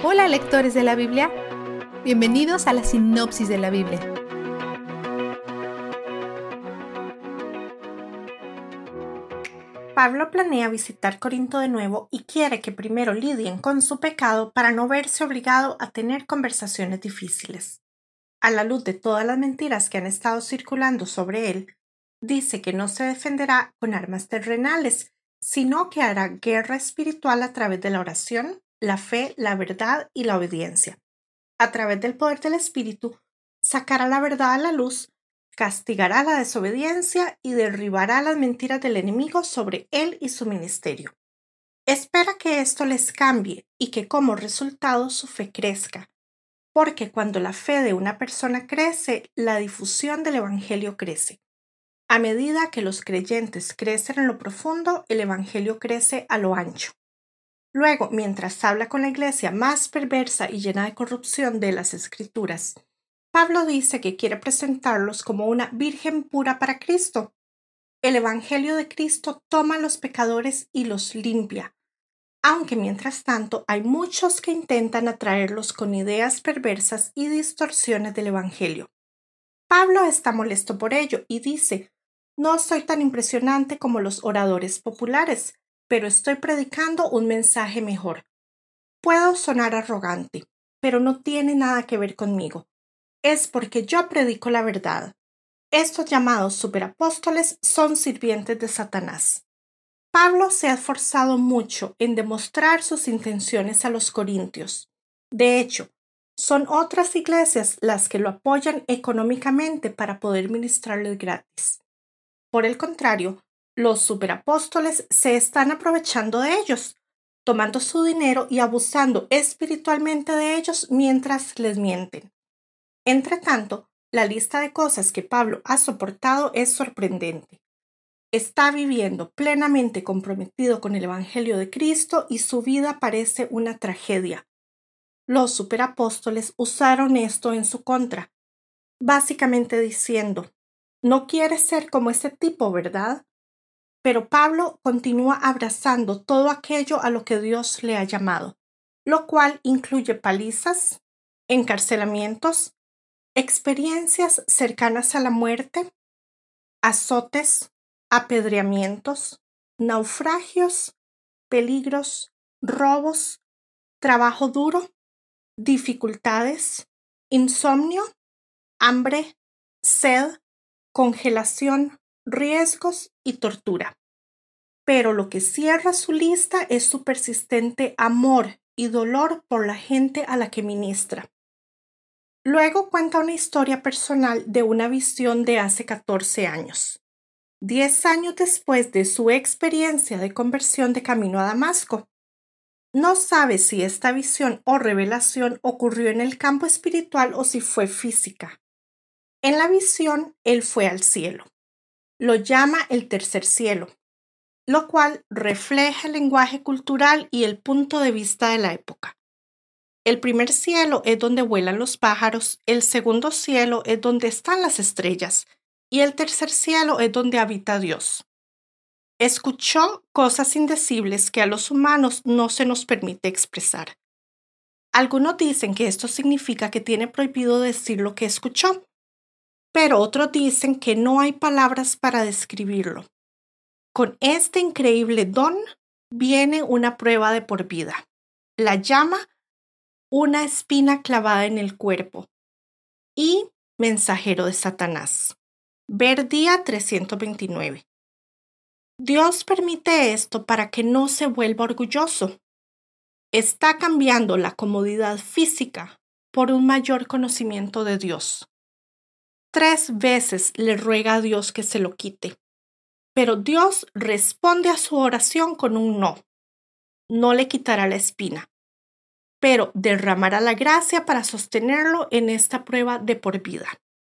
Hola lectores de la Biblia, bienvenidos a la sinopsis de la Biblia. Pablo planea visitar Corinto de nuevo y quiere que primero lidien con su pecado para no verse obligado a tener conversaciones difíciles. A la luz de todas las mentiras que han estado circulando sobre él, dice que no se defenderá con armas terrenales, sino que hará guerra espiritual a través de la oración, la fe, la verdad y la obediencia. A través del poder del Espíritu, sacará la verdad a la luz, castigará la desobediencia y derribará las mentiras del enemigo sobre él y su ministerio. Espera que esto les cambie y que como resultado su fe crezca, porque cuando la fe de una persona crece, la difusión del Evangelio crece. A medida que los creyentes crecen en lo profundo, el Evangelio crece a lo ancho. Luego, mientras habla con la iglesia más perversa y llena de corrupción de las Escrituras, Pablo dice que quiere presentarlos como una virgen pura para Cristo. El Evangelio de Cristo toma a los pecadores y los limpia, aunque mientras tanto hay muchos que intentan atraerlos con ideas perversas y distorsiones del Evangelio. Pablo está molesto por ello y dice: no soy tan impresionante como los oradores populares, pero estoy predicando un mensaje mejor. Puedo sonar arrogante, pero no tiene nada que ver conmigo. Es porque yo predico la verdad. Estos llamados superapóstoles son sirvientes de Satanás. Pablo se ha esforzado mucho en demostrar sus intenciones a los corintios. De hecho, son otras iglesias las que lo apoyan económicamente para poder ministrarles gratis. Por el contrario, los superapóstoles se están aprovechando de ellos, tomando su dinero y abusando espiritualmente de ellos mientras les mienten. Entre tanto, la lista de cosas que Pablo ha soportado es sorprendente. Está viviendo plenamente comprometido con el Evangelio de Cristo y su vida parece una tragedia. Los superapóstoles usaron esto en su contra, básicamente diciendo: no quieres ser como ese tipo, ¿verdad? Pero Pablo continúa abrazando todo aquello a lo que Dios le ha llamado, lo cual incluye palizas, encarcelamientos, experiencias cercanas a la muerte, azotes, apedreamientos, naufragios, peligros, robos, trabajo duro, dificultades, insomnio, hambre, sed, congelación, riesgos y tortura. Pero lo que cierra su lista es su persistente amor y dolor por la gente a la que ministra. Luego cuenta una historia personal de una visión de hace 14 años, 10 años después de su experiencia de conversión de camino a Damasco. No sabe si esta visión o revelación ocurrió en el campo espiritual o si fue física. En la visión, él fue al cielo. Lo llama el tercer cielo, lo cual refleja el lenguaje cultural y el punto de vista de la época. El primer cielo es donde vuelan los pájaros, el segundo cielo es donde están las estrellas y el tercer cielo es donde habita Dios. Escuchó cosas indecibles que a los humanos no se nos permite expresar. Algunos dicen que esto significa que tiene prohibido decir lo que escuchó, pero otros dicen que no hay palabras para describirlo. Con este increíble don viene una prueba de por vida. La llama una espina clavada en el cuerpo y mensajero de Satanás. Ver día 329. Dios permite esto para que no se vuelva orgulloso. Está cambiando la comodidad física por un mayor conocimiento de Dios. 3 veces le ruega a Dios que se lo quite, pero Dios responde a su oración con un no. No le quitará la espina, pero derramará la gracia para sostenerlo en esta prueba de por vida.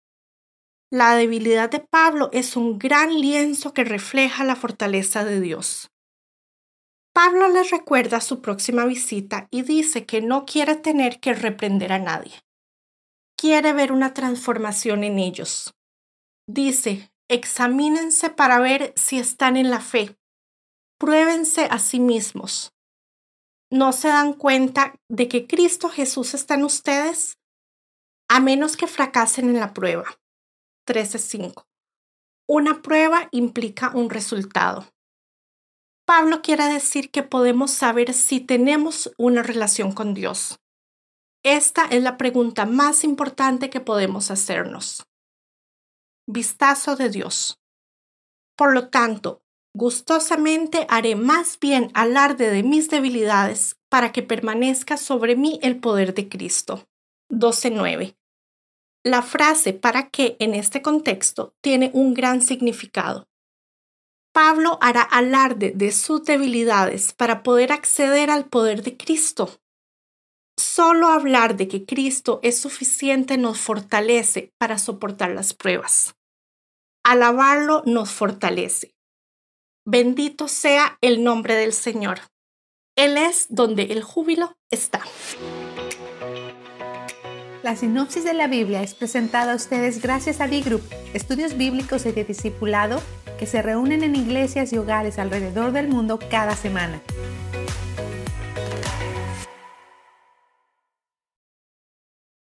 La debilidad de Pablo es un gran lienzo que refleja la fortaleza de Dios. Pablo les recuerda su próxima visita y dice que no quiere tener que reprender a nadie. Quiere ver una transformación en ellos. Dice: examínense para ver si están en la fe. Pruébense a sí mismos. ¿No se dan cuenta de que Cristo Jesús está en ustedes? A menos que fracasen en la prueba. 13:5. Una prueba implica un resultado. Pablo quiere decir que podemos saber si tenemos una relación con Dios. Esta es la pregunta más importante que podemos hacernos. Vistazo de Dios. Por lo tanto, gustosamente haré más bien alarde de mis debilidades para que permanezca sobre mí el poder de Cristo. 12:9. La frase ¿para qué? En este contexto tiene un gran significado. Pablo hará alarde de sus debilidades para poder acceder al poder de Cristo. Solo hablar de que Cristo es suficiente nos fortalece para soportar las pruebas. Alabarlo nos fortalece. Bendito sea el nombre del Señor. Él es donde el júbilo está. La sinopsis de la Biblia es presentada a ustedes gracias a B-Group, estudios bíblicos y de discipulado que se reúnen en iglesias y hogares alrededor del mundo cada semana.